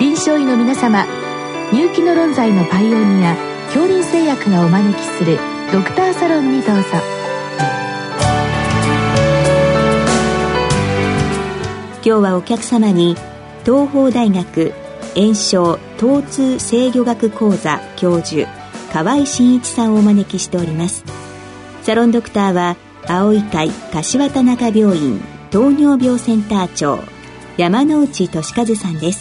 臨床医の皆様、入気の論剤のパイオニア恐林製薬がお招きするドクターサロンにどうぞ。 今日はお客様に東邦大学炎症疼痛制御学講座教授河合真一さんをお招きしております。サロンドクターは青い会柏田中病院糖尿病センター長山内俊和さんです。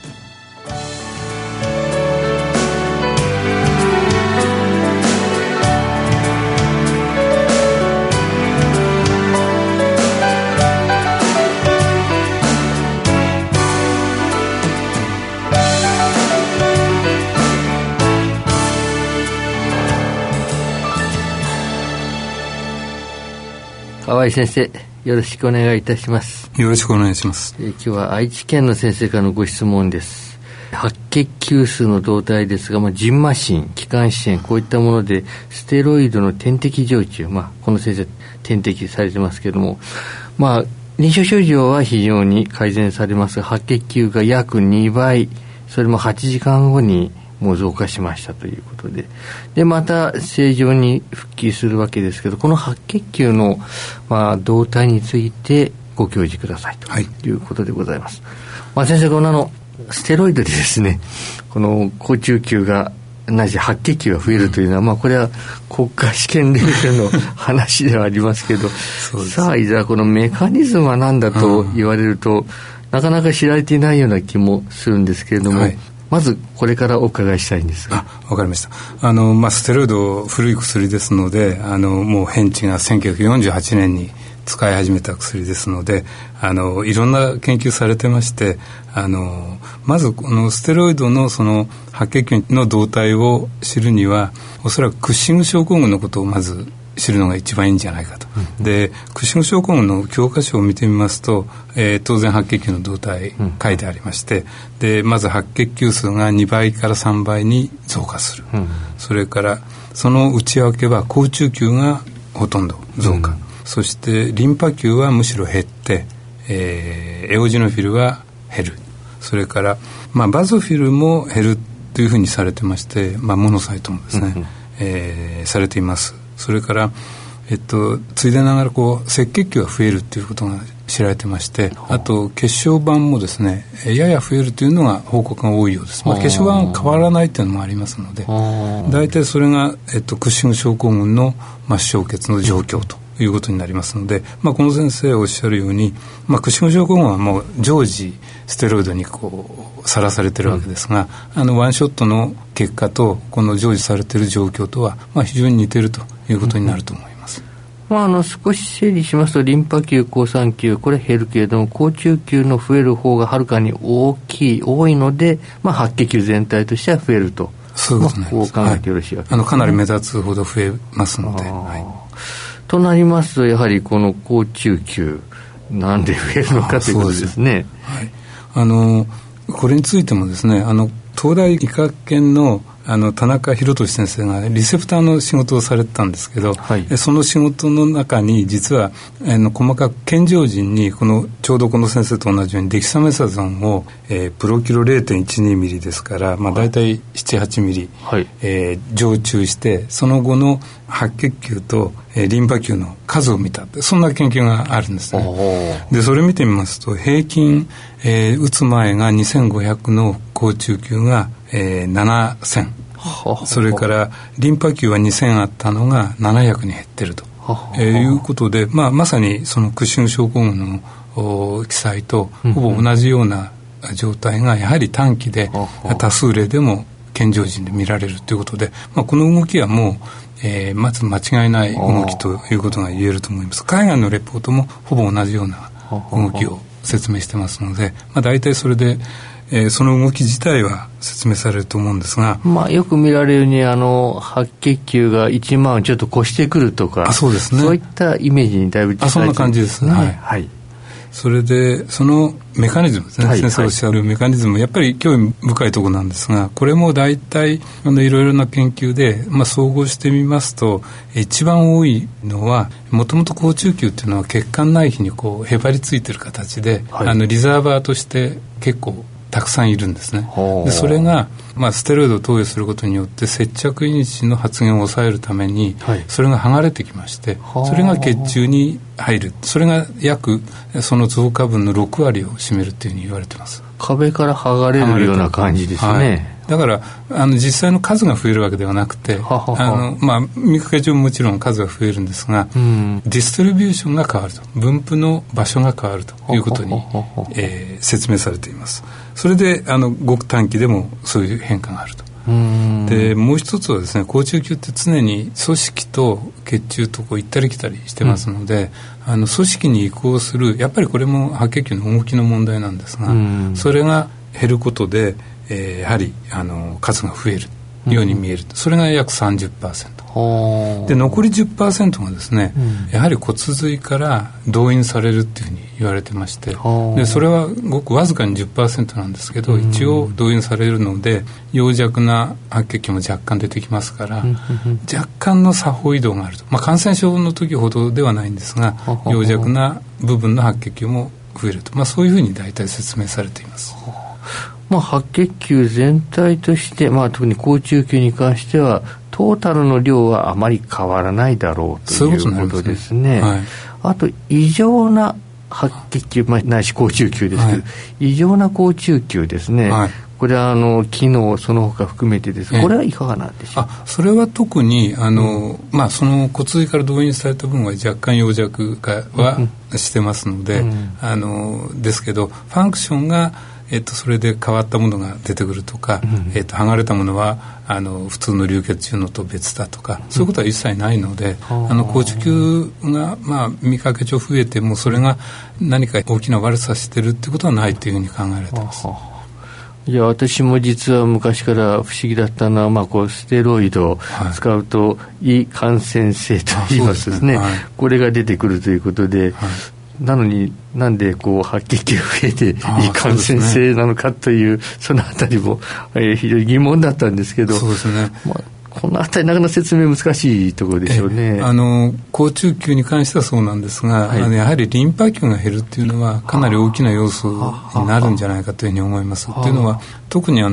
河合先生、よろしくお願いいたします。 よろしくお願いします。 今日は愛知県の先生からのご質問です。白血球数の動態ですが、ジンマシン、気管支炎、こういったものでステロイドの点滴常駐、この先生点滴されてますけども、臨床症状は非常に改善されますが、白血球が約2倍、それも8時間後にもう増加しましたということで、また正常に復帰するわけですけど、この白血球の、動態についてご教示くださいということでございます。先生、このステロイドでですね、この好中球がないし白血球が増えるというのは、これは国家試験レベルの話ではありますけどさあ、いざこのメカニズムは何だと言われると、なかなか知られていないような気もするんですけれども、まずこれからお伺いしたいんですが。 わかりました。ステロイド古い薬ですので、もう変地が1948年に使い始めた薬ですので、いろんな研究されてまして、まずこのステロイドのその白血球の動態を知るには、おそらくクッシング症候群のことをまず知るのが一番いいんじゃないかと。で、クッシング症候群の教科書を見てみますと、当然白血球の動態書いてありまして、でまず白血球数が2倍から3倍に増加する、それからその内訳は好中球がほとんど増加、そしてリンパ球はむしろ減って、エオジノフィルは減る、それから、バゾフィルも減るというふうにされてまして、モノサイトもですね、されています。それから、ついでながら赤血球が増えるということが知られてまして、あと血小板もですね、やや増えるというのが報告が多いようです。血小板は変わらないというのもありますので、大体それが、クッシング症候群の末梢血の状況ということになりますので、この先生おっしゃるように、クッシング症候群はもう常時ステロイドにさらされているわけですが、ワンショットの結果とこの常時されている状況とは、非常に似ているということになると思います。 少し整理しますと、リンパ球、好酸球、これ減るけれども、好中球の増える方がはるかに多いので、白血球全体としては増えると。 そういうことね。 こう考えてよろしいわけですね。 かなり目立つほど増えますので。 となりますと、やはりこの好中球、なんで増えるのかということですね。これについてもですね、東大医科研の田中博俊先生がリセプターの仕事をされてたんですけど、その仕事の中に実は細かく健常人にちょうどこの先生と同じようにデキサメタゾンを、プロキロ 0.12 ミリですから、だいたい 7,8 ミリ、常駐して、その後の白血球と、リンパ球の数を見たって、そんな研究があるんですね。でそれ見てみますと、平均、打つ前が2500の好中球が、7000、それからリンパ球は2000あったのが700に減ってると、いうことで、まさにそのクッシング症候群の記載とほぼ同じような状態がやはり短期で多数例でも健常人で見られるということで、この動きはもう、まず間違いない動きということが言えると思います。海外のレポートもほぼ同じような動きを説明してますので、大体それでその動き自体は説明されると思うんですが、 よく見られるように白血球が1万をちょっと越してくるとか、 そうですね、 そういったイメージにだいぶ近い、 そんな感じですね。それでそのメカニズムですね、先生おっしゃるメカニズム、やっぱり興味深いところなんですが、これも大体いろいろな研究で、総合してみますと、一番多いのはもともと好中球っていうのは血管内皮にへばりついてる形で、リザーバーとして結構たくさんいるんですね。でそれが、ステロイドを投与することによって接着因子の発現を抑えるために、それが剥がれてきまして、それが血中に入る。それが約その増加分の6割を占めるというふうに言われています。 壁から剥がれるような感じですね。 だから実際の数が増えるわけではなくて、見かけ上もちろん数が増えるんですが、ディストリビューションが変わると、分布の場所が変わるということに説明されています。それでごく短期でもそういう変化があると。でもう一つはですね、好中球って常に組織と血中とこう行ったり来たりしてますので、組織に移行する、やっぱりこれも白血球の動きの問題なんですが、それが減ることで、やはり数が増えるように見える、それが約 30%で、残り 10% がですね、やはり骨髄から動員されるっていうふうに言われてまして、でそれはごくわずかに 10% なんですけど、一応動員されるので陽弱な白血球も若干出てきますから、若干の左方移動があると、感染症の時ほどではないんですが、陽弱な部分の白血球も増えると、そういうふうに大体説明されています。 白血球全体として、特に好中球に関してはトータルの量はあまり変わらないだろうということですね。あと異常な白血球、ないし好中球ですけど、異常な好中球ですね、これは機能その他含めてです。これはいかがなんでしょうか。 それは特にその骨髄から動員された分は若干陽弱化はしてますので、ですけどファンクションがそれで変わったものが出てくるとか、剥がれたものは普通の流血中のと別だとか、そういうことは一切ないので、好中球が、見かけ上増えてもそれが何か大きな悪さしてるってことはないというふうに考えられています。 いや、私も実は昔から不思議だったのは、ステロイドを使うといい感染性といいますですね、これが出てくるということで、なのになんで白血球が増えていい感染性なのかという、そのあたりも非常に疑問だったんですけど、 そうですね、 このあたりなかなか説明難しいところでしょうね。 好中球に関してはそうなんですが、やはりリンパ球が減るっていうのはかなり大きな要素になるんじゃないかというふうに思います。というのは、特に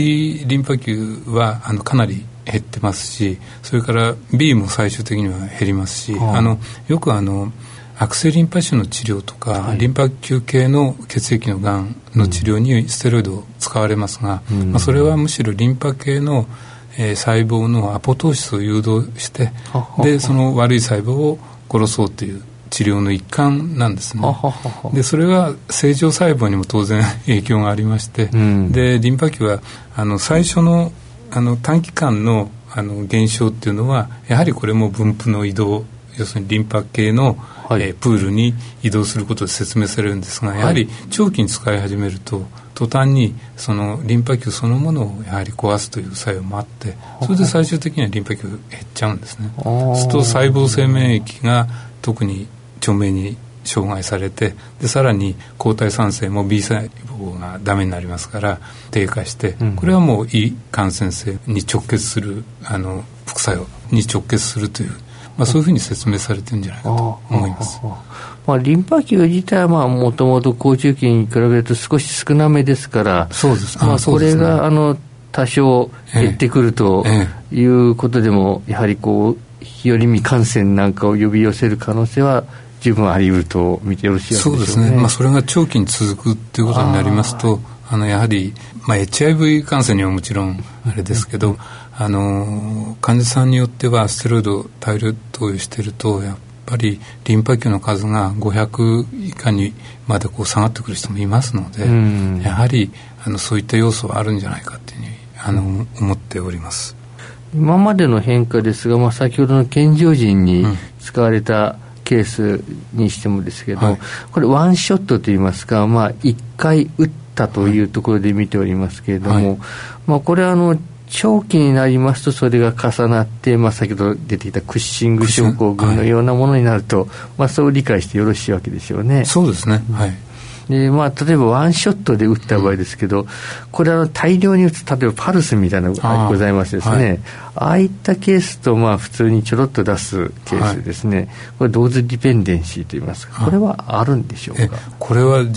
T リンパ球はかなり減ってますし、それから B も最終的には減りますし、よく悪性リンパ腫の治療とか、リンパ球系の血液のがんの治療にステロイドを使われますが、それはむしろリンパ系の、細胞のアポトーシスを誘導して、でその悪い細胞を殺そうという治療の一環なんですね。でそれは正常細胞にも当然影響がありまして、でリンパ球は最初の短期間の減少っていうのは、やはりこれも分布の移動、要するにリンパ系のプールに移動することで説明されるんですが、やはり長期に使い始めると途端にそのリンパ球そのものをやはり壊すという作用もあって、それで最終的にはリンパ球減っちゃうんですね。そうすると細胞性免疫が特に著名に障害されて、でさらに抗体産生も B 細胞がダメになりますから低下して、これはもういい感染性に直結する副作用に直結するという、そういうふうに説明されてるんじゃないかと思います。 リンパ球自体はもともと好中球に比べると少し少なめですから、 そうです、 これが多少減ってくるということでも、やはり日和見感染なんかを呼び寄せる可能性は十分あり得ると見てよろしいわけでしょうね。 そうですね、それが長期に続くということになりますと、やはり、HIV 感染にはもちろんあれですけど、患者さんによってはステロイドを大量投与していると、やっぱりリンパ球の数が500以下にまで下がってくる人もいますので、やはりそういった要素はあるんじゃないかというふうに思っております。 今までの変化ですが、先ほどの健常人に使われたケースにしてもですけど、これワンショットといいますか、1回打ったというところで見ておりますけれども、これは長期になりますとそれが重なって、先ほど出てきたクッシング症候群のようなものになると、そう理解してよろしいわけでしょうね。 そうですね、 で例えばワンショットで打った場合ですけど、これは大量に打つ、例えばパルスみたいなのがございますですね、ああいったケースと普通にちょろっと出すケースですね、これドーズディペンデンシーといいますか、これはあるんでしょうか。 これは実は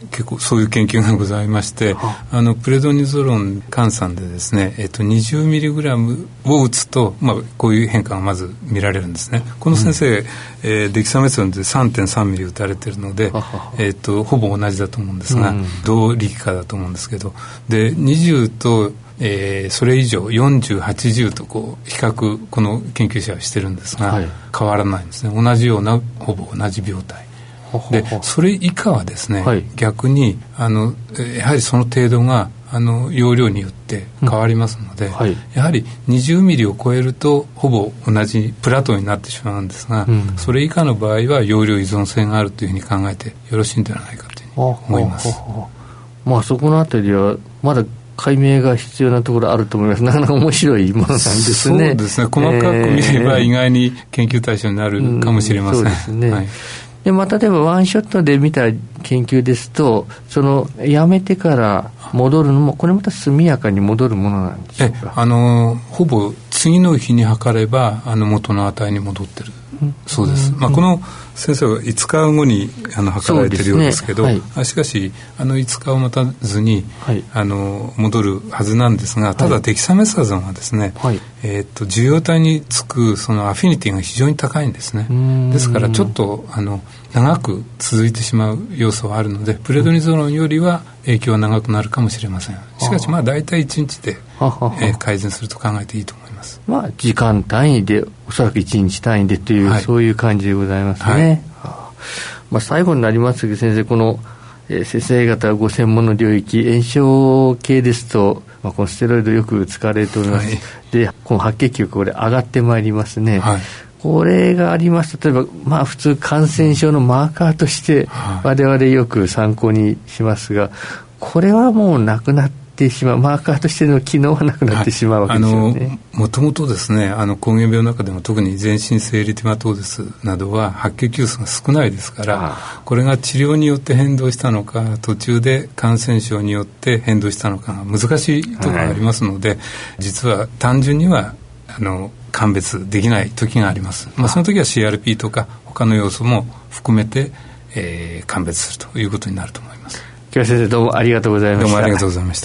結構そういう研究がございまして、プレドニゾロン換算でですね、20mg を打つと、こういう変化がまず見られるんですね。この先生、デキサメソンで 3.3 ミリ打たれているので、ほぼ同じだと思うんですが、同力化だと思うんですけど、で20とそれ以上40、80と比較この研究者はしてるんですが、変わらないんですね。同じようなほぼ同じ病態で、それ以下はですね、逆にやはりその程度が容量によって変わりますので、やはり20ミリを超えるとほぼ同じプラトーになってしまうんですが、それ以下の場合は容量依存性があるというふうに考えてよろしいんではないかというふうに思います。 そこのあたりはまだ解明が必要なところあると思います。なかなか面白いものなんですね。 そうですね。細かく見れば意外に研究対象になるかもしれません。 そうですね。で例えばワンショットで見た研究ですと、やめてから戻るのもこれまた速やかに戻るものなんでしょうか。 ほぼ次の日に測れば元の値に戻ってる、そうです。この先生は5日後に測られているようですけど、しかし5日を待たずに、戻るはずなんですが、ただデキサメタゾンはですね、受容体につくそのアフィニティが非常に高いんですね。ですからちょっと長く続いてしまう要素はあるので、プレドニゾロンよりは影響は長くなるかもしれません。しかし大体1日で改善すると考えていいと思います。 時間単位で、おそらく1日単位でという、そういう感じでございますね。最後になりますけど、先生、この、先生方ご専門の領域、炎症系ですと、このステロイドよく使われております。で、この白血球これ上がってまいりますね。これがありますと、例えば普通感染症のマーカーとして我々よく参考にしますが、これはもうなくなってしまう、マーカーとしての機能はなくなってしまうわけですよね。 もともとですね、膠原病の中でも特に全身性エリテマトーデスなどは白血球数が少ないですから、これが治療によって変動したのか、途中で感染症によって変動したのかが難しいところがありますので、実は単純には鑑別できない時があります。その時は CRP とか他の要素も含めて、鑑別するということになると思います。 今日は先生どうもありがとうございました。 どうもありがとうございました。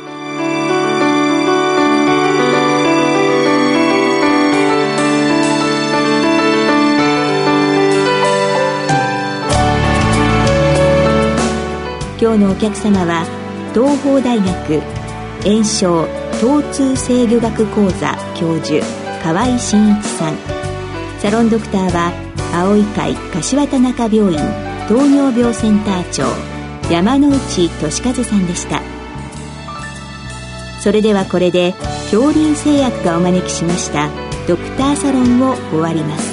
今日のお客様は東邦大学炎症疼痛制御学講座教授河合真一さん、サロンドクターは青い会柏田中病院糖尿病センター長山内俊一さんでした。それではこれで恐林製薬がお招きしましたドクターサロンを終わります。